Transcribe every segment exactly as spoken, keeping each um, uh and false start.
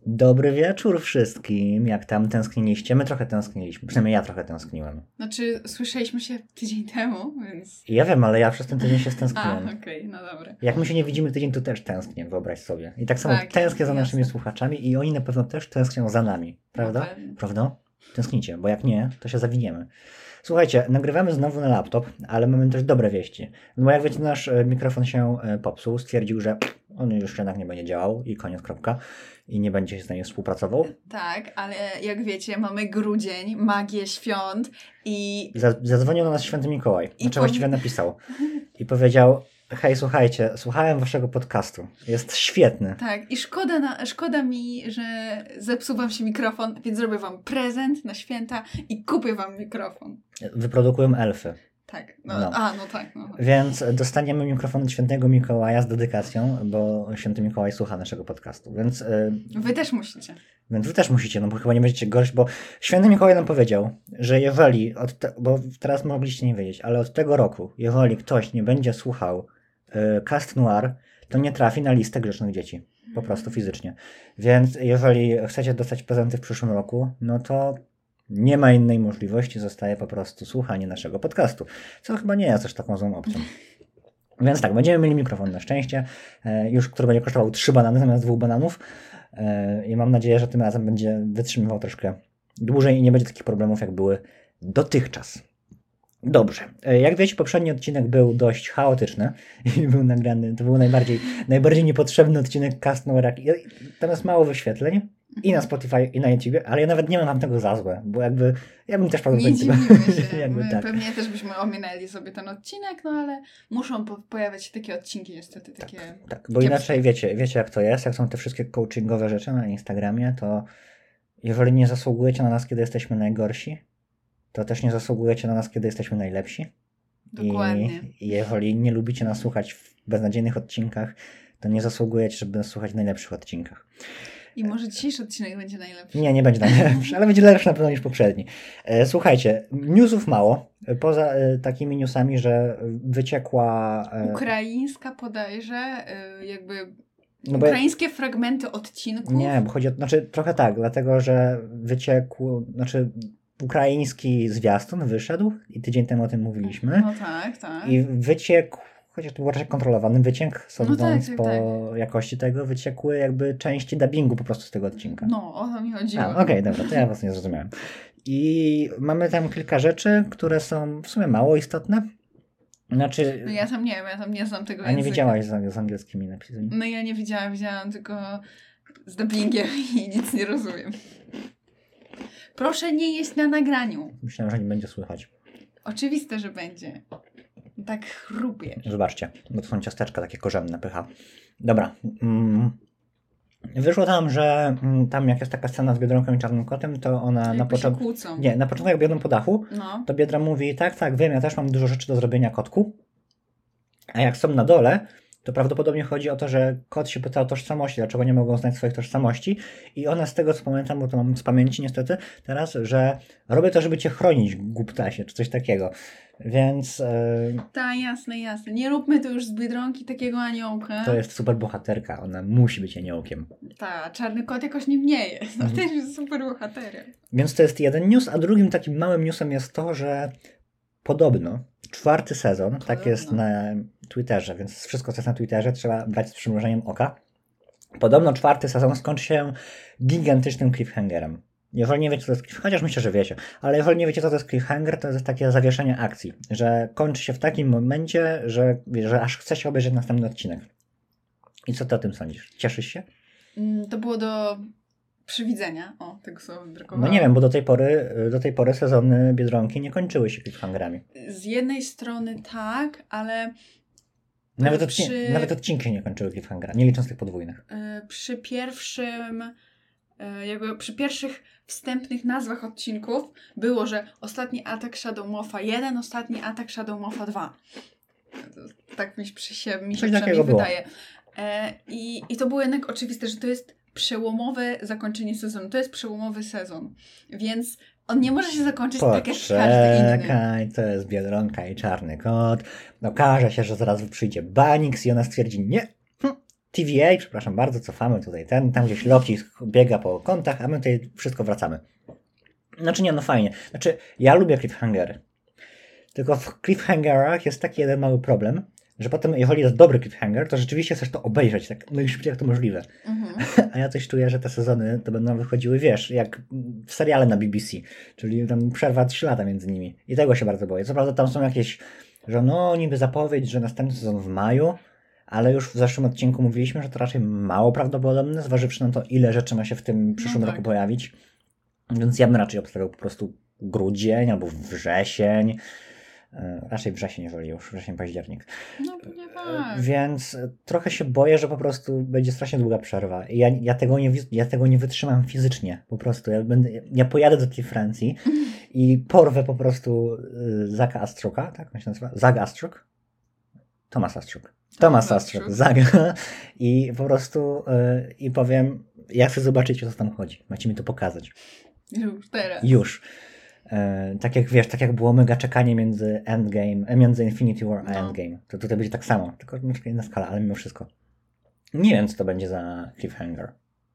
Dobry wieczór wszystkim. Jak tam tęskniliście? My trochę tęskniliśmy. Przynajmniej ja trochę tęskniłem. Znaczy, słyszeliśmy się tydzień temu, więc... Ja wiem, ale ja przez ten tydzień się stęskniłem. A, okej, okay, no dobra. Jak my się nie widzimy tydzień, to też tęsknię, wyobraź sobie. I tak samo tak, tęsknię za jasne. naszymi słuchaczami i oni na pewno też tęsknią za nami. Prawda? No, Prawda? Tęsknicie, bo jak nie, to się zawiniemy. Słuchajcie, nagrywamy znowu na laptop, ale mamy też dobre wieści. No bo jak wiecie, nasz mikrofon się popsuł, stwierdził, że on już jednak nie będzie działał i koniec, kropka. I nie będzie się z nami współpracował. Tak, ale jak wiecie, mamy grudzień, magię świąt i... Zadzwonił do nas Święty Mikołaj, I znaczy po... właściwie napisał i powiedział: hej, słuchajcie, słuchałem waszego podcastu, jest świetny. Tak, i szkoda, na, szkoda mi, że zepsuł wam się mikrofon, więc zrobię wam prezent na święta i kupię wam mikrofon. Wyprodukują elfy. Tak, no, no. a no tak. No. Więc dostaniemy mikrofon od Świętego Mikołaja z dedykacją, bo Święty Mikołaj słucha naszego podcastu, więc... Yy, wy też musicie. Więc wy też musicie, no bo chyba nie będziecie gorsi, bo Święty Mikołaj nam powiedział, że jeżeli, od te, bo teraz mogliście nie wiedzieć, ale od tego roku, jeżeli ktoś nie będzie słuchał yy, Cast Noir, to nie trafi na listę grzecznych dzieci. Po prostu fizycznie. Więc jeżeli chcecie dostać prezenty w przyszłym roku, no to nie ma innej możliwości, zostaje po prostu słuchanie naszego podcastu, co chyba nie jest też taką złą opcją. Więc tak, będziemy mieli mikrofon na szczęście, już który będzie kosztował trzy banany zamiast dwóch bananów i mam nadzieję, że tym razem będzie wytrzymywał troszkę dłużej i nie będzie takich problemów, jak były dotychczas. Dobrze. Jak wiecie, poprzedni odcinek był dość chaotyczny i był nagrany, to był najbardziej, najbardziej niepotrzebny odcinek Cast Noir. Tam jest mało wyświetleń i na Spotify, i na YouTubie, ale ja nawet nie mam tam tego za złe, bo jakby ja bym też prawdopodobnie... Nie dziwimy się, jakby my tak. pewnie też byśmy ominęli sobie ten odcinek, no ale muszą po- pojawiać się takie odcinki niestety, takie... Tak, tak, bo inaczej wiecie, wiecie jak to jest, jak są te wszystkie coachingowe rzeczy na Instagramie, to jeżeli nie zasługujecie na nas, kiedy jesteśmy najgorsi, to też nie zasługujecie na nas, kiedy jesteśmy najlepsi. Dokładnie. I, i jeżeli nie lubicie nas słuchać w beznadziejnych odcinkach, to nie zasługujecie, żeby nas słuchać w najlepszych odcinkach. I może dzisiejszy odcinek będzie najlepszy. Nie, nie będzie najlepszy, ale będzie lepszy na pewno niż poprzedni. E, słuchajcie, newsów mało, poza e, takimi newsami, że wyciekła... E, Ukraińska podajże, e, jakby no bo ukraińskie ja... fragmenty odcinków. Nie, bo chodzi o... Znaczy trochę tak, dlatego, że wyciekł... Znaczy ukraiński zwiastun wyszedł i tydzień temu o tym mówiliśmy. No tak, tak. I wyciekł, chociaż to był raczej kontrolowany wyciek, sądząc no tak, tak, po tak. jakości tego, wyciekły jakby części dubbingu po prostu z tego odcinka. No, o to mi chodziło. Okej, okay, dobra, to ja was nie zrozumiałem. I mamy tam kilka rzeczy, które są w sumie mało istotne. Znaczy... No ja tam nie wiem, ja tam nie znam tego A nie języka. widziałaś z, z angielskimi napisami? No ja nie widziałam, widziałam tylko z dubbingiem i nic nie rozumiem. Proszę nie jeść na nagraniu. Myślałem, że nie będzie słychać. Oczywiste, że będzie. Tak chrupie. Zobaczcie, bo to są ciasteczka takie korzenne, pycha. Dobra. Mm. Wyszło tam, że mm, tam jak jest taka scena z Biedronką i Czarnym Kotem, to ona Jakby na początku... kłócą. Nie, na początku jak biedą po dachu, no. to Biedra mówi, tak, tak, wiem, ja też mam dużo rzeczy do zrobienia, kotku. A jak są na dole, to prawdopodobnie chodzi o to, że kot się pyta o tożsamości, dlaczego nie mogą znać swoich tożsamości. I ona z tego, co pamiętam, bo to mam z pamięci niestety teraz, że robię to, żeby cię chronić, głuptasie, czy coś takiego. Więc... Yy, tak, jasne, jasne. Nie róbmy to już z Biedronki takiego aniołka. To jest super bohaterka, ona musi być aniołkiem. Tak, Czarny Kot jakoś nim nie jest. No mm. też jest super bohaterem. Więc to jest jeden news, a drugim takim małym newsem jest to, że podobno czwarty sezon, podobno. Tak jest na Twitterze, więc wszystko, co jest na Twitterze, trzeba brać z przymrużeniem oka. Podobno czwarty sezon skończy się gigantycznym cliffhangerem. Jeżeli nie wiecie, co to jest cliffhanger, chociaż myślę, że wiecie, ale jeżeli nie wiecie, co to jest cliffhanger, to jest takie zawieszenie akcji, że kończy się w takim momencie, że, że aż chce się obejrzeć następny odcinek. I co ty o tym sądzisz? Cieszysz się? To było do przywidzenia. O, tego słowa wybrakowałem. No nie wiem, bo do tej pory, do tej pory sezony Biedronki nie kończyły się cliffhangerami. Z jednej strony tak, ale... Nawet, odci- przy... nawet odcinki nie kończyły cliffhangera, nie licząc tych podwójnych. Yy, przy pierwszym... Yy, jakby przy pierwszych wstępnych nazwach odcinków było, że ostatni atak Shadow Moffa jeden, ostatni atak Shadow Moffa dwa. Tak mi się, mi się przynajmniej wydaje. Yy, i, I to było jednak oczywiste, że to jest przełomowe zakończenie sezonu. To jest przełomowy sezon. Więc on nie może się zakończyć Poczekaj, tak jak każdy inny. Poczekaj, to jest Biedronka i Czarny Kot. Okaże się, że zaraz przyjdzie Banix i ona stwierdzi, nie, hm, T V A, przepraszam bardzo, cofamy tutaj ten, tam gdzieś Loki biega po kątach, a my tutaj wszystko wracamy. Znaczy nie, no fajnie. Znaczy, ja lubię cliffhangery. Tylko w cliffhangerach jest taki jeden mały problem, że potem, jeżeli jest dobry cliffhanger, to rzeczywiście chcesz to obejrzeć, tak najszybciej jak to możliwe. Mhm. A ja coś czuję, że te sezony to będą wychodziły, wiesz, jak w seriale na B B C, czyli tam przerwa trzy lata między nimi. I tego się bardzo boję. Co prawda tam są jakieś, że no niby zapowiedź, że następny sezon w maju, ale już w zeszłym odcinku mówiliśmy, że to raczej mało prawdopodobne, zważywszy na to, ile rzeczy ma się w tym przyszłym no tak. roku pojawić. Więc ja bym raczej obstawiał po prostu grudzień albo wrzesień. Raczej wrzesień, jeżeli już, wrzesień, październik. No nie tak. Więc trochę się boję, że po prostu będzie strasznie długa przerwa. I ja, ja, tego, nie, ja tego nie wytrzymam fizycznie. Po prostu. Ja, będę, ja pojadę do tej Francji i porwę po prostu Zaga Astruka, tak on się nazywa? Zag Astruk? Thomas Astruk. Thomas Astruk, Zaga. I po prostu yy, i powiem, ja chcę zobaczyć, o co tam chodzi. Macie mi to pokazać. Już teraz. Już. E, tak jak wiesz, tak jak było mega czekanie między Endgame, między Infinity War a no. Endgame. To tutaj będzie tak samo, tylko inna skala, ale mimo wszystko. Nie wiem, co to będzie za cliffhanger.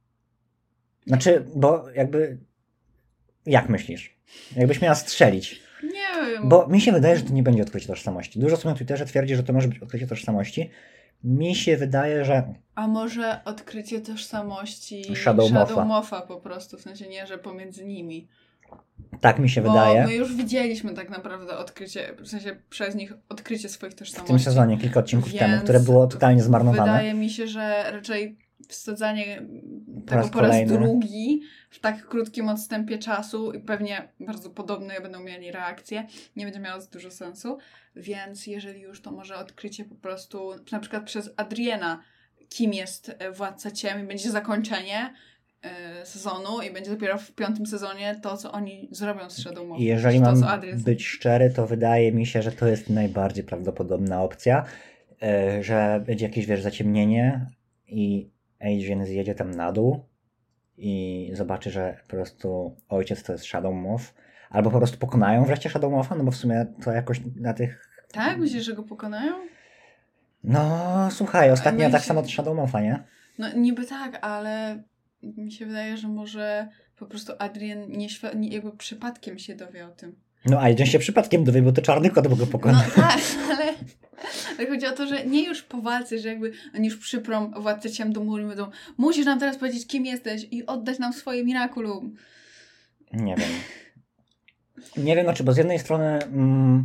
Znaczy, bo jakby... Jak myślisz? Jakbyś miała strzelić? Nie wiem. Bo mi się wydaje, że to nie będzie odkrycie tożsamości. Dużo osób na Twitterze twierdzi, że to może być odkrycie tożsamości. Mi się wydaje, że... A może odkrycie tożsamości Shadow Moffa. Shadow Moffa po prostu, w sensie nie, że pomiędzy nimi. Tak mi się Bo wydaje. my już widzieliśmy tak naprawdę odkrycie, w sensie przez nich odkrycie swoich tożsamości. W tym sezonie, kilka odcinków Więc temu, które było totalnie zmarnowane. Wydaje mi się, że raczej wsadzanie po tego raz po raz kolejny. drugi w tak krótkim odstępie czasu i pewnie bardzo podobne będą mieli reakcje, nie będzie miało dużo sensu, więc jeżeli już, to może odkrycie po prostu na przykład przez Adriena, kim jest Władca Ciem i będzie zakończenie sezonu i będzie dopiero w piątym sezonie to, co oni zrobią z Shadow Moffa. I jeżeli mam to, być szczery, to wydaje mi się, że to jest najbardziej prawdopodobna opcja, że będzie jakieś, wiesz, zaciemnienie i Adrian zjedzie tam na dół i zobaczy, że po prostu ojciec to jest Shadow Moff, albo po prostu pokonają wreszcie Shadow Moffa, no bo w sumie to jakoś na tych... Tak? Myślisz, że go pokonają? No, słuchaj, ostatni atak się... sam od Shadow Moffa, nie? No niby tak, ale mi się wydaje, że może po prostu Adrian nie, nie jakby przypadkiem się dowie o tym. No, Adrian się przypadkiem dowie, bo to czarny kot go pokona. No tak, ale... Ale chodzi o to, że nie już po walce, że jakby oni już przyprą Władcę Ciem do muru i mówią, musisz nam teraz powiedzieć, kim jesteś i oddać nam swoje miraculum. Nie wiem. Nie wiem, znaczy, bo z jednej strony mm,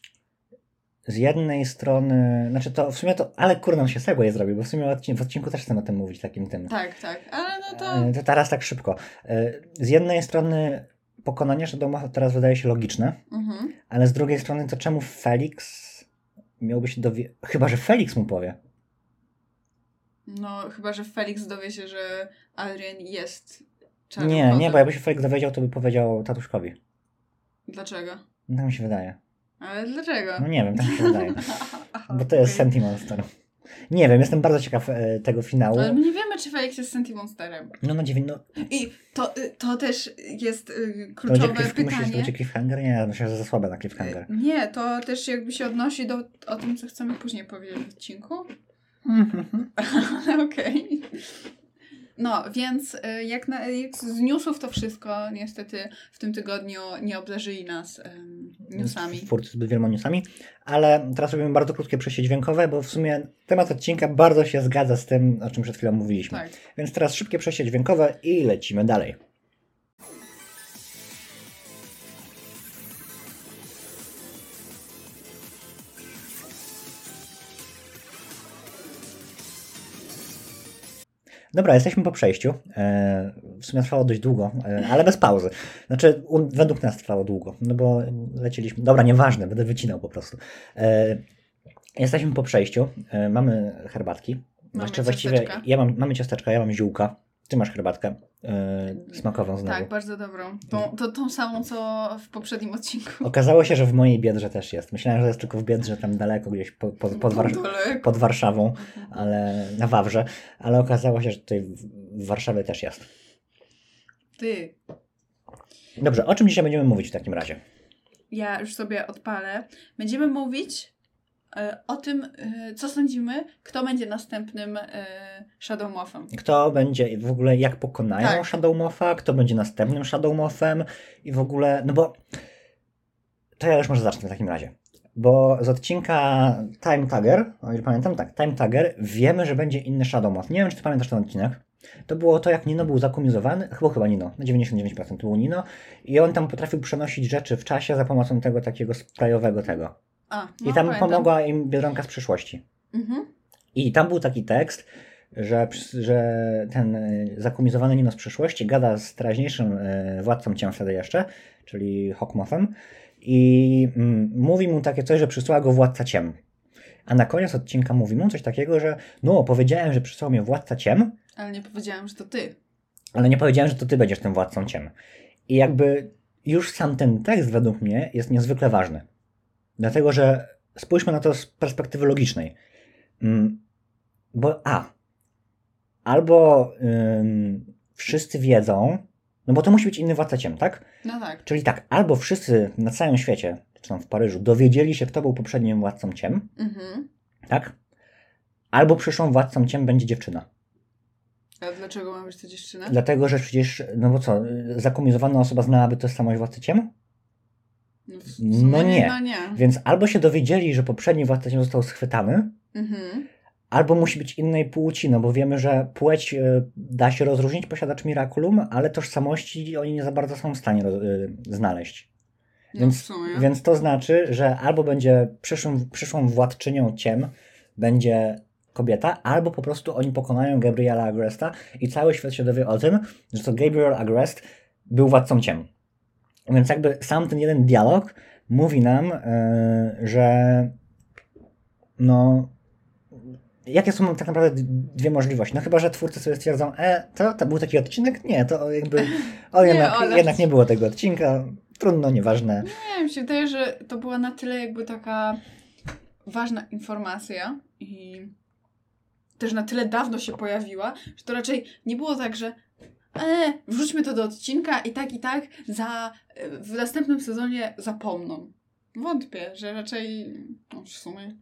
z jednej strony, znaczy to w sumie to, ale kurde, on się segway zrobił, bo w sumie w odcinku, w odcinku też chcę o tym mówić, takim tym. Tak, tak, ale no to... to teraz tak szybko. Z jednej strony pokonanie Shadow Moffa teraz wydaje się logiczne, mhm. ale z drugiej strony to czemu Felix miałby się dowie... Chyba, że Felix mu powie. No, chyba, że Felix dowie się, że Adrian jest czarnym Nie, kotem. nie, bo jakby się Felix dowiedział, to by powiedział tatuszkowi. Dlaczego? No, tak mi się wydaje. Ale dlaczego? No nie wiem, tak mi się wydaje. Bo to jest okay. Sentimonster. Nie wiem, jestem bardzo ciekaw e, tego finału. Ale my nie wiemy, czy Felix jest Sentimonsterem. No na dziewięć, no... I to, to też jest y, kluczowe to cliff, pytanie. Myślisz, że to będzie cliffhanger? Nie, myślę, że za słabe na cliffhanger. Nie, to też jakby się odnosi do o tym, co chcemy później powiedzieć w odcinku. Ale okej. Okay. No, więc jak, na, jak z newsów to wszystko niestety w tym tygodniu nie obdarzyli nas um, newsami. Twórcy zbyt wieloma newsami, ale teraz robimy bardzo krótkie przejście dźwiękowe, bo w sumie temat odcinka bardzo się zgadza z tym, o czym przed chwilą mówiliśmy. Tak. Więc teraz szybkie przejście dźwiękowe i lecimy dalej. Dobra, jesteśmy po przejściu. W sumie trwało dość długo, ale bez pauzy. Znaczy, według nas trwało długo, no bo lecieliśmy... Dobra, nieważne, będę wycinał po prostu. Jesteśmy po przejściu. Mamy herbatki. Mamy Znaczy, właściwie ja mam, mamy ciasteczka, ja mam ziółka. Ty masz herbatkę yy, smakową znowu. Tak, bardzo dobrą. Tą, to, tą samą, co w poprzednim odcinku. Okazało się, że w mojej Biedrze też jest. Myślałem, że jest tylko w Biedrze, tam daleko, gdzieś po, po, pod, Warsz pod Warszawą, ale na Wawrze. Ale okazało się, że tutaj w Warszawie też jest. Ty. Dobrze, o czym dzisiaj będziemy mówić w takim razie? Ja już sobie odpalę. Będziemy mówić e, o tym, e, co sądzimy, kto będzie następnym e, Shadow Mophem. Kto będzie w ogóle, jak pokonają Tak. Shadow Mopha, kto będzie następnym Shadow Mophem i w ogóle, no bo to ja już może zacznę w takim razie. Bo z odcinka Time Tagger, o ile pamiętam, tak, Time Tagger, wiemy, że będzie inny Shadow Moth. Nie wiem, czy ty pamiętasz ten odcinek. To było to, jak Nino był zakumizowany, chyba chyba Nino, na dziewięćdziesiąt dziewięć procent to był Nino i on tam potrafił przenosić rzeczy w czasie za pomocą tego takiego sprayowego tego. A, no, I tam pamiętam. pomogła im Biedronka z przyszłości. Mhm. I tam był taki tekst, że, że ten y, zakumizowany Nino z przyszłości gada z teraźniejszym y, władcą ciem wtedy jeszcze, czyli Hawkmothem i mm, mówi mu takie coś, że przysłała go władca ciem. A na koniec odcinka mówi mu coś takiego, że no, powiedziałem, że przysłał mnie władca ciem, Ale nie powiedziałam, że to ty. ale nie powiedziałem, że to ty będziesz tym władcą ciem. I jakby już sam ten tekst według mnie jest niezwykle ważny. Dlatego, że spójrzmy na to z perspektywy logicznej. Mm, bo a, albo ym, wszyscy wiedzą, no bo to musi być inny władca ciem, tak? No tak. Czyli tak, albo wszyscy na całym świecie, czy tam w Paryżu, dowiedzieli się, kto był poprzednim władcą ciem, Mhm. tak? Albo przyszłą władcą ciem będzie dziewczyna. A dlaczego ma być to dziewczyna? Dlatego, że przecież, no bo co, zakomunizowana osoba znałaby tożsamość władcy ciem? No, w No sumie nie. No nie. Więc albo się dowiedzieli, że poprzedni władca ciem został schwytany, Mhm. albo musi być innej płci, no bo wiemy, że płeć y, da się rozróżnić posiadacz Miraculum, ale tożsamości oni nie za bardzo są w stanie roz, y, znaleźć. No, Więc, w sumie. więc to znaczy, że albo będzie przyszłym, przyszłą władczynią ciem będzie kobieta, albo po prostu oni pokonają Gabriela Agresta i cały świat się dowie o tym, że to Gabriel Agrest był władcą ciem. Więc jakby sam ten jeden dialog mówi nam, yy, że no jakie są tak naprawdę dwie możliwości. No chyba, że twórcy sobie stwierdzą, e, to, to był taki odcinek? Nie, to jakby o, Nie, jednak, Ola. jednak nie było tego odcinka. Trudno, nieważne. Nie, mi się wydaje, że to była na tyle jakby taka ważna informacja i też na tyle dawno się pojawiła, że to raczej nie było tak, że e, wrzućmy to do odcinka i tak i tak za, w następnym sezonie zapomną. Wątpię, że raczej no w sumie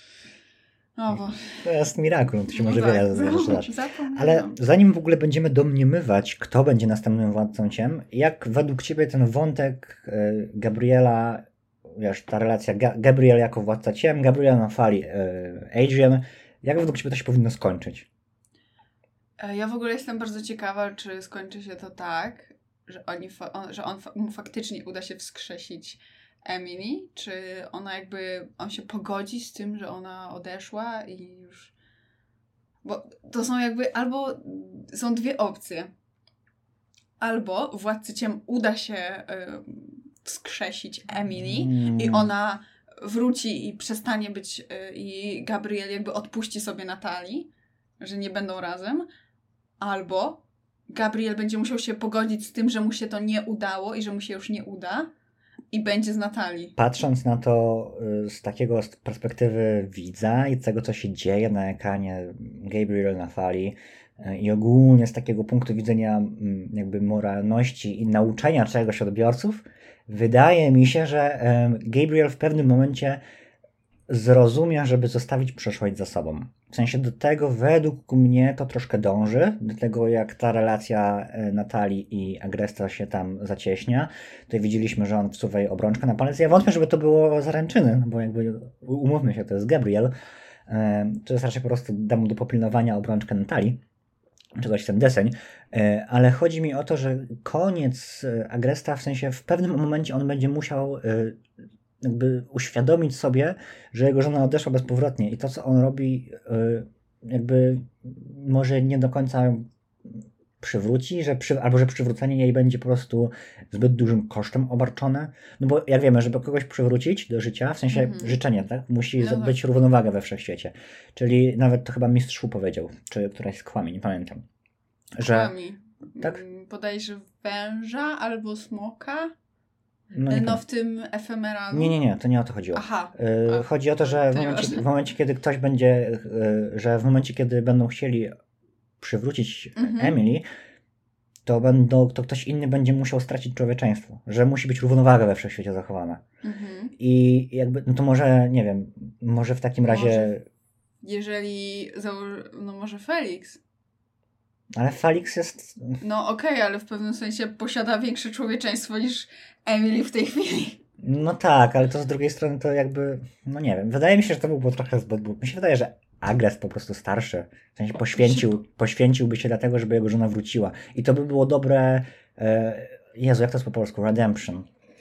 no bo To jest Miraculum, to się no może tak, wiele rzeczy za- zdarzyć. zapomniałam. Ale zanim w ogóle będziemy domniemywać, kto będzie następnym władcą ciem, jak według ciebie ten wątek y, Gabriela, wiesz, ta relacja Ga- Gabriel jako władca ciem, Gabriel na fali y, Adrian, jak według ciebie to się powinno skończyć? E, Ja w ogóle jestem bardzo ciekawa, czy skończy się to tak, że, oni fa- on, że on fa- mu faktycznie uda się wskrzesić Emily, czy ona jakby, on się pogodzi z tym, że ona odeszła i już... Bo to są jakby, albo są dwie opcje. Albo władcy ciem uda się y, wskrzesić Emily Mm. i ona wróci i przestanie być, y, i Gabriel jakby odpuści sobie Natalii, że nie będą razem. Albo Gabriel będzie musiał się pogodzić z tym, że mu się to nie udało i że mu się już nie uda i będzie z Natalii. Patrząc na to y, z takiego z perspektywy widza i tego, co się dzieje na ekranie Gabriel na fali y, i ogólnie z takiego punktu widzenia mm, jakby moralności i nauczenia czegoś odbiorców, wydaje mi się, że y, Gabriel w pewnym momencie zrozumie, żeby zostawić przeszłość za sobą. W sensie do tego według mnie to troszkę dąży, do tego jak ta relacja y, Natalii i Agresta się tam zacieśnia. Tutaj widzieliśmy, że on wsuwa jej obrączkę na palec. Ja wątpię, żeby to było zaręczyny, no bo jakby umówmy się, to jest Gabriel. E, To jest raczej po prostu da mu do popilnowania obrączkę Natalii, czegoś ten deseń. E, Ale chodzi mi o to, że koniec e, Agresta, w sensie w pewnym momencie on będzie musiał e, jakby uświadomić sobie, że jego żona odeszła bezpowrotnie i to, co on robi, e, jakby może nie do końca przywróci, że przy, albo że przywrócenie jej będzie po prostu zbyt dużym kosztem obarczone. No bo jak wiemy, żeby kogoś przywrócić do życia, w sensie Mhm. życzenie, tak? Musi No tak. być równowaga we wszechświecie. Czyli nawet to chyba mistrz Szu powiedział, czy któraś z Kłami, nie pamiętam. Że Kłami. tak? Mm, Bodajże węża albo smoka. no nie, No pamiętam. w tym efemeralu. nie, nie, nie, to nie o to chodziło. Aha. Y, A, Chodzi o to, że to w momencie, nieważne. w momencie, kiedy ktoś będzie, y, że w momencie, kiedy będą chcieli przywrócić Mhm. Emily, to, będą, to ktoś inny będzie musiał stracić człowieczeństwo. Że musi być równowaga we wszechświecie zachowana. Mhm. I jakby, no to może, nie wiem, może w takim razie... Może, jeżeli, zało- no może Felix. Ale Felix jest... No okej, okay, ale w pewnym sensie posiada większe człowieczeństwo niż Emily w tej chwili. No tak, ale to z drugiej strony to jakby, no nie wiem, wydaje mi się, że to byłby trochę zbyt... Mi się wydaje, że Agrest po prostu starszy, w sensie poświęcił, poświęciłby się dlatego, żeby jego żona wróciła. I to by było dobre... E... Jezu, jak to jest po polsku? Redemption.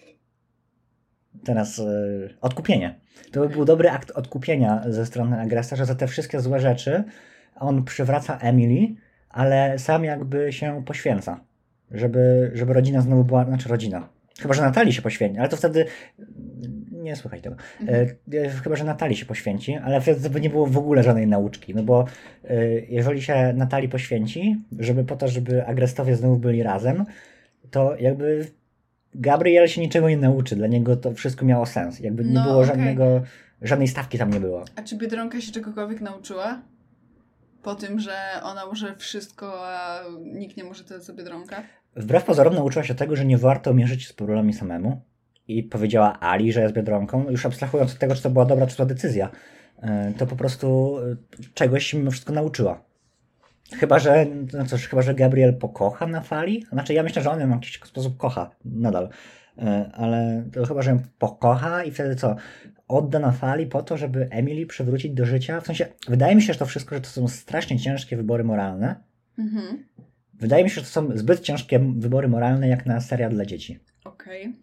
Teraz e... odkupienie. To by był dobry akt odkupienia ze strony Agresta, że za te wszystkie złe rzeczy on przywraca Emily, ale sam jakby się poświęca, żeby, żeby rodzina znowu była, znaczy rodzina. Chyba, że Natalii się poświęci, ale to wtedy nie słuchaj tego. Mhm. E, chyba, że Natalii się poświęci, ale wtedy by nie było w ogóle żadnej nauczki, no bo e, jeżeli się Natalii poświęci, żeby po to, żeby Agrestowie znowu byli razem, to jakby Gabriel się niczego nie nauczy, dla niego to wszystko miało sens, jakby nie no, było okay. żadnego, żadnej stawki tam nie było. A czy Biedronka się czegokolwiek nauczyła? Po tym, że ona może wszystko, a nikt nie może tyle co Biedronka? Wbrew pozorom nauczyła się tego, że nie warto mierzyć się z problemami samemu. I powiedziała Ali, że jest Biedronką. Już abstrahując od tego, czy to była dobra, czy to decyzja, to po prostu czegoś się mimo wszystko nauczyła. Chyba, że no cóż, chyba, że Gabriel pokocha Natalii. Znaczy ja myślę, że on ją w jakiś sposób kocha nadal. Ale to chyba, że ją pokocha i wtedy co? Odda Natalii po to, żeby Emily przywrócić do życia. W sensie, wydaje mi się, że to wszystko, że to są strasznie ciężkie wybory moralne. Mhm. Wydaje mi się, że to są zbyt ciężkie wybory moralne jak na serial dla dzieci. Okej. Okay.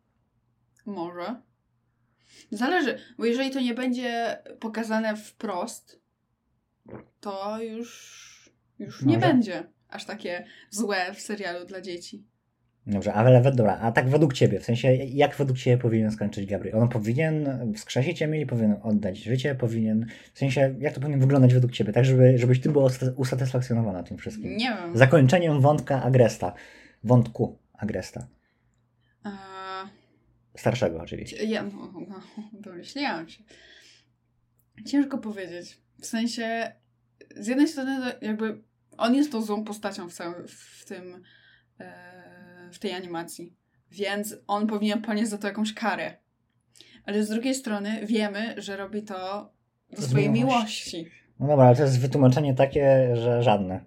Może. Zależy, bo jeżeli to nie będzie pokazane wprost, to już, już nie będzie aż takie złe w serialu dla dzieci. Dobrze, ale dobra, a tak według ciebie, w sensie jak według ciebie powinien skończyć Gabriel? On powinien wskrzesić Emily, powinien oddać życie, powinien, w sensie jak to powinien wyglądać według ciebie, tak żeby, żebyś ty była usatysfakcjonowana tym wszystkim? Nie wiem. Zakończeniem wątka Agresta, wątku Agresta. A... Starszego oczywiście. Ja, no, no, domyśliłam się. Ciężko powiedzieć, w sensie z jednej strony jakby on jest tą złą postacią w całym, w tym e... w tej animacji. Więc on powinien ponieść za to jakąś karę. Ale z drugiej strony wiemy, że robi to do swojej miłości. No dobra, ale to jest wytłumaczenie takie, że żadne.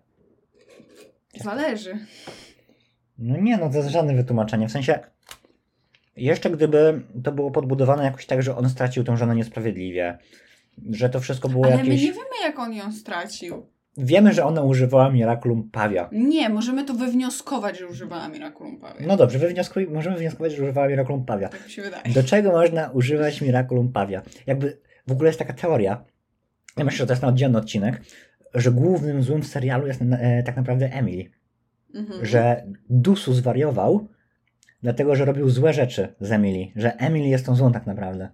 Zależy. No nie, no to jest żadne wytłumaczenie. W sensie jeszcze gdyby to było podbudowane jakoś tak, że on stracił tą żonę niesprawiedliwie, że to wszystko było ale jakieś... Ale my nie wiemy, jak on ją stracił. Wiemy, że ona używała Miraculum Pavia. Nie, możemy to wywnioskować, że używała Miraculum Pavia. No dobrze, wywnioskuj, możemy wywnioskować, że używała Miraculum Pavia. Tak mi się wydaje. Do czego można używać Miraculum Pavia? Jakby w ogóle jest taka teoria, ja myślę, że to jest na oddzielny odcinek, że głównym złym w serialu jest e, tak naprawdę Emily. Mhm. Że Dusu zwariował, dlatego, że robił złe rzeczy z Emily. Że Emily jest tą złą tak naprawdę.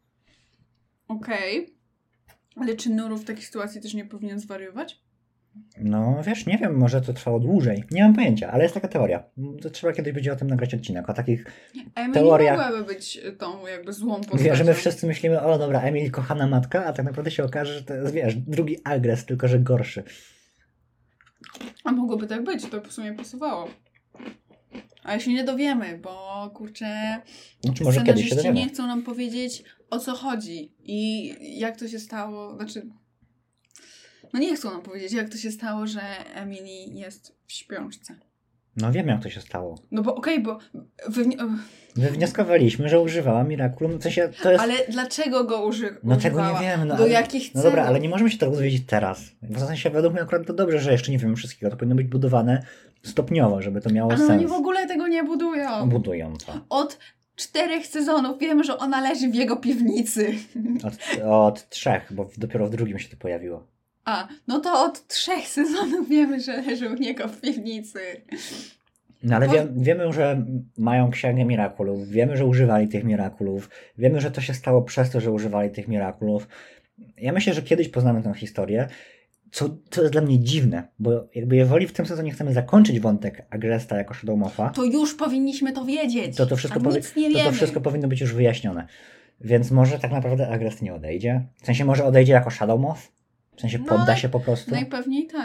Okej. Okay. Ale czy Nuru w takiej sytuacji też nie powinien zwariować? No wiesz, nie wiem, może to trwało dłużej. Nie mam pojęcia, ale jest taka teoria. To trzeba kiedyś będzie o tym nagrać odcinek, o takich Emily teoriach. mogłaby być tą jakby złą postacią. Wiesz, że my wszyscy myślimy, o dobra, Emily kochana matka, a tak naprawdę się okaże, że to jest, wiesz, drugi Agrest, tylko że gorszy. A mogłoby tak być, to w sumie pasowało. Ale się nie dowiemy, bo kurczę, znaczy, może kiedyś się dowiemy. nie chcą nam powiedzieć, o co chodzi i jak to się stało, znaczy no nie chcą nam powiedzieć, jak to się stało, że Emily jest w śpiączce. No wiem, jak to się stało. No bo okej, okay, bo wywni- wywnioskowaliśmy, że używała Miraculum. W sensie to jest... Ale dlaczego go uży- no, używała? tego nie wiemy. No, Do ale... jakich celów? No dobra, ale nie możemy się tego dowiedzieć teraz. W sensie według mnie akurat to dobrze, że jeszcze nie wiemy wszystkiego. To powinno być budowane stopniowo, żeby to miało ale sens. Ale oni w ogóle tego nie budują. Budują to. Od czterech sezonów wiemy, że ona leży w jego piwnicy. Od, od trzech, bo dopiero w drugim się to pojawiło. A, no to od trzech sezonów wiemy, że leży u niego w piwnicy. No ale wie, wiemy, że mają księgę Miraculów, wiemy, że używali tych Miraculów, wiemy, że to się stało przez to, że używali tych Miraculów. Ja myślę, że kiedyś poznamy tę historię, co, co jest dla mnie dziwne, bo jakby jeżeli w tym sezonie chcemy zakończyć wątek Agresta jako Shadow Moffa, to już powinniśmy to wiedzieć, to to wszystko, a nic nie to, wiemy. to wszystko powinno być już wyjaśnione. Więc może tak naprawdę Agrest nie odejdzie. W sensie może odejdzie jako Shadow Moff, w sensie podda no, się po prostu. Najpewniej tak.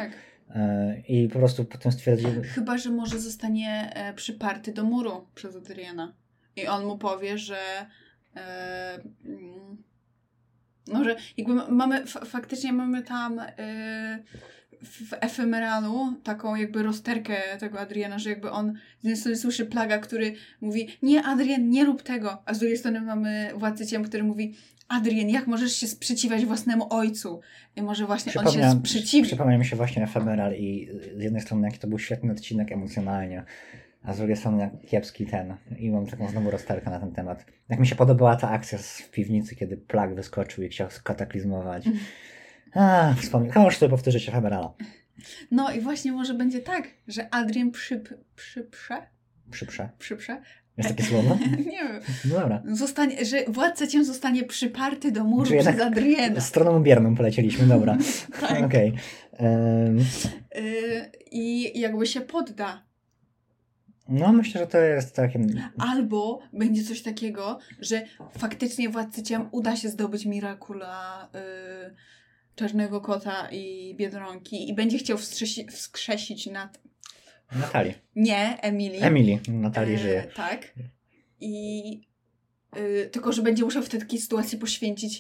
I po prostu potem stwierdził... Chyba, że może zostanie e, przyparty do muru przez Adriana. I on mu powie, że e, mm, no, że jakby mamy, f- faktycznie mamy tam e, w efemeralu taką jakby rozterkę tego Adriana, że jakby on z jednej strony słyszy Plaga, który mówi, nie Adrian, nie rób tego, a z drugiej strony mamy Władcę Ciem, który mówi, Adrian, jak możesz się sprzeciwiać własnemu ojcu? I może właśnie on się sprzeciwi. Przypomniał mi się właśnie Ephemeral i z jednej strony jaki to był świetny odcinek emocjonalnie, a z drugiej strony jak kiepski ten. I mam taką znowu rozterkę na ten temat. Jak mi się podobała ta akcja w piwnicy, kiedy Plag wyskoczył i chciał skataklizmować. Mm. A, wspomnę. Chyba muszę sobie powtórzyć Ephemerala. No i właśnie może będzie tak, że Adrian przyp... przyprze? Przyprze. Przyprze? Jest takie słowo? Nie wiem. No dobra. Zostanie, że Władca Ciem zostanie przyparty do muru Czyli przez Adriana. Stroną bierną polecieliśmy, dobra. Tak. Okej. Okay. Um. Yy, I jakby się podda. No myślę, że to jest takim... Albo będzie coś takiego, że faktycznie Władcy Ciem uda się zdobyć Mirakula yy, Czarnego Kota i Biedronki i będzie chciał wskrzesi- wskrzesić nad... Natalii. Nie, Emilii. Emilii. Natalii e, żyje. Tak. I yy, tylko, że będzie musiał w takiej sytuacji poświęcić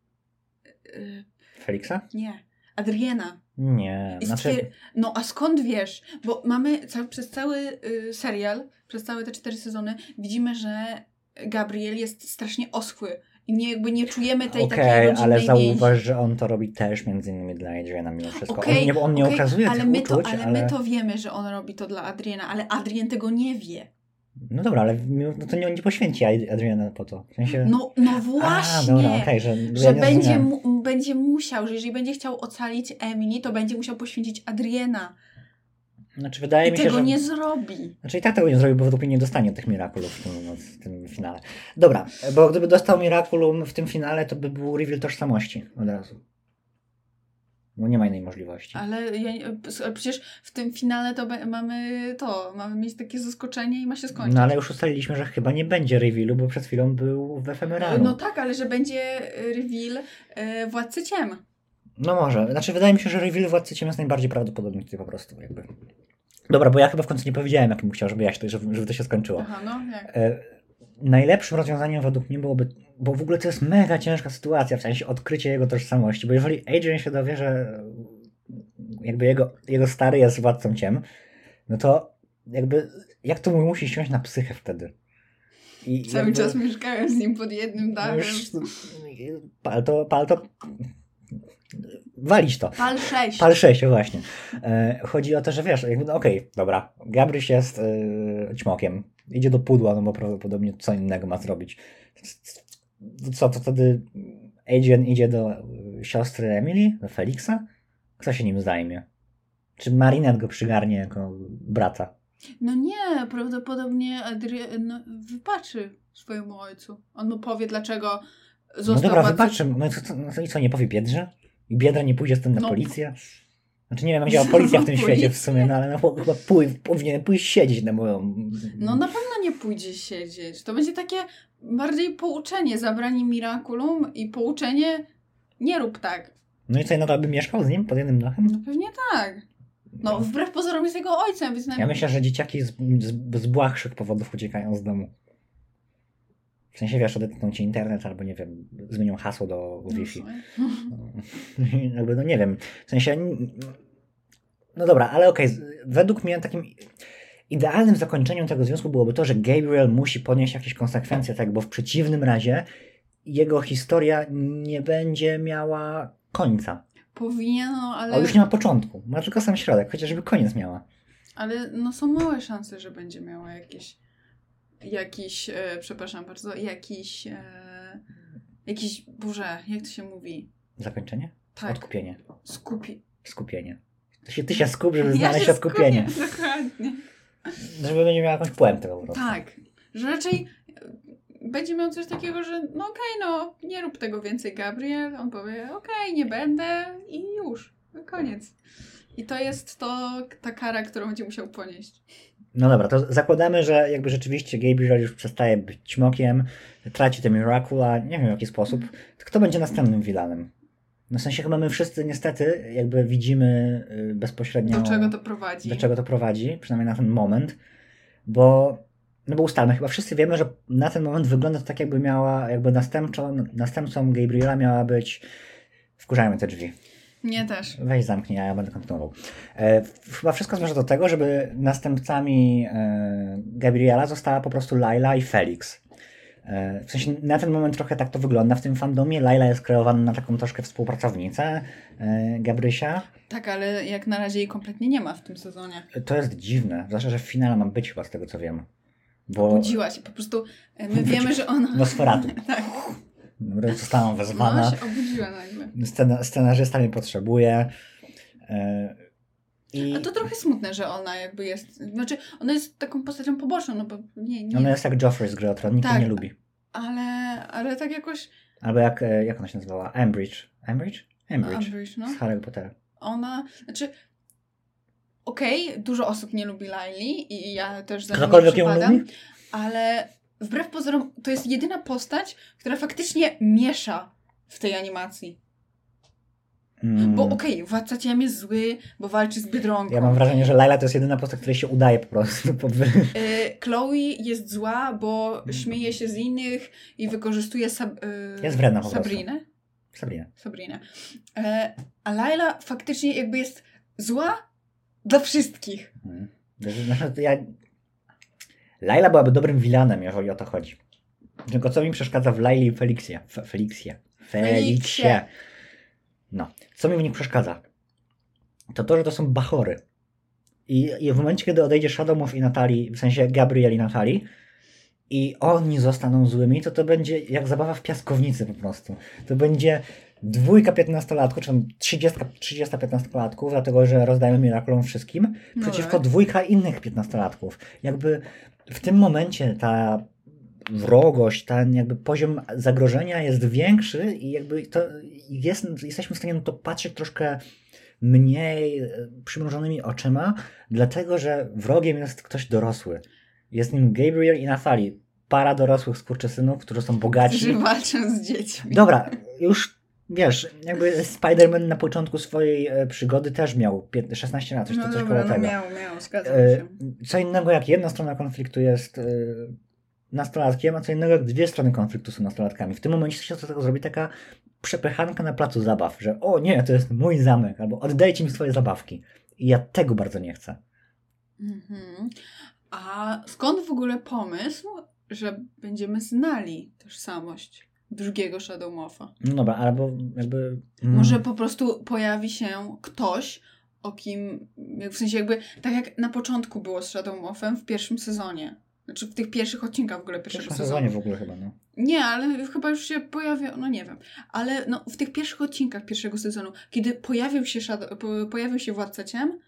yy, Feliksa? Nie. Adriana. Nie. Znaczy... Stwier- no a skąd wiesz? Bo mamy ca- przez cały y, serial, przez całe te cztery sezony widzimy, że Gabriel jest strasznie oschły. I nie, jakby nie czujemy tej okay, takiej rodzinnej ale zauważ, więzi. że on to robi też między innymi dla Adriana mimo wszystko. Okay, on nie, on nie okay, okazuje ale tych my uczuć, to, ale, ale my to wiemy, że on robi to dla Adriana, ale Adrian tego nie wie. No dobra, ale no to nie, on nie poświęci Adriana po to. W sensie... No, no właśnie, A, dobra, okay, że, że ja będzie, mu, będzie musiał, że jeżeli będzie chciał ocalić Emily, to będzie musiał poświęcić Adriana. Znaczy wydaje I mi się, tego że... nie zrobi. Znaczy i tak tego nie zrobi, bo według mnie nie dostanie tych Miraculów w tym, no, w tym finale. Dobra, bo gdyby dostał Miraculum w tym finale, to by był reveal tożsamości od razu. Bo nie ma innej możliwości. Ale ja, przecież w tym finale to be, mamy to, mamy mieć takie zaskoczenie i ma się skończyć. No ale już ustaliliśmy, że chyba nie będzie revealu, bo przed chwilą był w efemeralu. No tak, ale że będzie reveal e, Władcy Ciem. No może. Znaczy wydaje mi się, że reveal Władcy Ciem jest najbardziej prawdopodobny tutaj po prostu jakby. Dobra, bo ja chyba w końcu nie powiedziałem, jakim chciał, żeby, ja się, żeby, żeby to się skończyło. Aha, no jak? E, najlepszym rozwiązaniem według mnie byłoby, bo w ogóle to jest mega ciężka sytuacja, w sensie odkrycie jego tożsamości, bo jeżeli Adrian się dowie, że jakby jego, jego stary jest Władcą Ciem, no to jakby jak to mu musi siąść na psychę wtedy? I Cały jakby, czas mieszkają z nim pod jednym dachem. Już, pal to, pal to, walić to. Pal sześć. Pal sześć, właśnie. E, chodzi o to, że wiesz, jakby, no okej, okay, dobra, Gabryś jest e, ćmokiem, idzie do pudła, no bo prawdopodobnie co innego ma zrobić. Co, to wtedy Adrian idzie do siostry Emily, do Feliksa? Kto się nim zajmie? Czy Marinette go przygarnie jako brata? No nie, prawdopodobnie Adrian no, wybaczy swojemu ojcu. On mu powie, dlaczego został... No dobra, władcy... wybaczy. No, to, no to i co, nie powie Biedrze? I Biedra nie pójdzie z tym na no. policję? Znaczy nie wiem, jak działa policja w tym świecie w sumie, no ale no, chyba pój, powinien pójść siedzieć na moją... No na pewno nie pójdzie siedzieć. To będzie takie bardziej pouczenie. Zabranie Miraculum i pouczenie nie rób tak. No i co, nadal by mieszkał z nim pod jednym dachem? No pewnie tak. No wbrew pozorom jest jego ojcem, więc... Ja myślę, że dzieciaki z, z, z błahszych powodów uciekają z domu. W sensie, wiesz, odetną ci internet albo, nie wiem, zmienią hasło do Wi-Fi. No, jakby, no nie wiem. W sensie, no dobra, ale okej, okay. Według mnie takim idealnym zakończeniem tego związku byłoby to, że Gabriel musi ponieść jakieś konsekwencje, tak, bo w przeciwnym razie jego historia nie będzie miała końca. Powinien, no ale... O, już nie ma początku, ma tylko sam środek, chociażby koniec miała. Ale no są małe szanse, że będzie miała jakieś jakiś, e, przepraszam bardzo, jakiś e, jakiś, Boże, jak to się mówi? Zakończenie? Tak. Odkupienie. Skupi... Skupienie. To się, ty się skup, żeby ja znaleźć się odkupienie. Skupię, dokładnie. Żeby będzie miała jakąś puentę po prostu. Tak, że raczej będzie miał coś takiego, że no okej, okay, no nie rób tego więcej, Gabriel. On powie, okej, okay, nie będę i już, koniec. I to jest to ta kara, którą będzie musiał ponieść. No dobra, to zakładamy, że jakby rzeczywiście Gabriel już przestaje być ćmokiem, traci te Miracula, nie wiem w jaki sposób. To kto będzie następnym vilanem? No w sensie chyba my wszyscy niestety jakby widzimy y, bezpośrednio... Do czego to prowadzi. Do czego to prowadzi, przynajmniej na ten moment, bo no bo ustalmy, chyba wszyscy wiemy, że na ten moment wygląda to tak, jakby miała, jakby następcą, następcą Gabriela miała być... Wkurzajmy te drzwi. Mnie też. Weź zamknij, a ja będę kontynuował. E, chyba wszystko zmierza do tego, żeby następcami e, Gabriela została po prostu Layla i Felix. E, w sensie na ten moment trochę tak to wygląda w tym fandomie. Layla jest kreowana na taką troszkę współpracownicę e, Gabrysia. Tak, ale jak na razie jej kompletnie nie ma w tym sezonie. To jest dziwne, zwłaszcza, że w finale ma być chyba z tego co wiem. Bo... Obudziła się, po prostu e, my wiemy, że ona... Nosferatu. Tak. Dobra, zostałam wezwana. No, się obudziła nagle. Scena, scenarzysta mnie potrzebuje. E, i... A to trochę smutne, że ona jakby jest... Znaczy, ona jest taką postacią poboczną, no bo nie... nie Ona jest jak Joffrey z Gry o Tron, nikt tak, jej nie lubi. Ale, ale tak jakoś... Albo jak, e, jak ona się nazywała? Ambridge. Ambridge? Ambridge. Ambridge, no. Z Harry'ego Pottera. Ona... Znaczy... Okej, okay, dużo osób nie lubi Layli i ja też za nią Ktokolwiek ją przypadam, lubi? ale wbrew pozorom to jest jedyna postać, która faktycznie miesza w tej animacji. Mm. Bo okej, okay, Władca Ciem jest zły, bo walczy z Biedronką. Ja mam wrażenie, że Layla to jest jedyna postać, której się udaje po prostu. Y, Chloe jest zła, bo śmieje się z innych i wykorzystuje Sab- y, jest wredna po prostu. Sabrinę. Sabrinę. Sabrinę. Y, a Layla faktycznie jakby jest zła dla wszystkich. Hmm. Ja... Layla byłaby dobrym vilanem, jeżeli o to chodzi. Tylko co mi przeszkadza w Layli i Felixie? F- Felixie. Felixie. No. Co mi w nich przeszkadza? To to, że to są bachory. I, I w momencie, kiedy odejdzie Shadowmouth i Natalii, w sensie Gabriel i Natalii, i oni zostaną złymi, to to będzie jak zabawa w piaskownicy po prostu. To będzie dwójka piętnastolatków, czy trzydzieści, trzydzieści piętnastolatków, dlatego że rozdajemy Miraculum wszystkim, No przeciwko tak. dwójka innych piętnastolatków. Jakby w tym momencie ta wrogość, ten jakby poziom zagrożenia jest większy i jakby to jest, jesteśmy w stanie na to patrzeć troszkę mniej przymrużonymi oczyma, dlatego że wrogiem jest ktoś dorosły. Jest nim Gabriel i Natalie. Para dorosłych skurczysynów, którzy są bogaci. Którzy walczą z dziećmi. Dobra, już wiesz, jakby Spider-Man na początku swojej e, przygody też miał szesnaście lat, coś, No coś dobra, koło no tego. miał, miał, zgadzam E, się. Co innego jak jedna strona konfliktu jest e, nastolatkiem, a co innego jak dwie strony konfliktu są nastolatkami. W tym momencie się z tego zrobi taka przepychanka na placu zabaw, że o nie, to jest mój zamek, albo oddajcie mi swoje zabawki. I ja tego bardzo nie chcę. Mhm. A skąd w ogóle pomysł, że będziemy znali tożsamość drugiego Shadowmoutha? No dobra, albo jakby... Mm, Może po prostu pojawi się ktoś, o kim, jak w sensie jakby, tak jak na początku było z Shadowmouthem w pierwszym sezonie. Znaczy w tych pierwszych odcinkach w ogóle w pierwszego pierwszym sezonu. sezonie w ogóle chyba, no. Nie, ale chyba już się pojawił, no nie wiem. Ale no, w tych pierwszych odcinkach pierwszego sezonu, kiedy pojawił się, Shadow, po, pojawił się Władca Ciem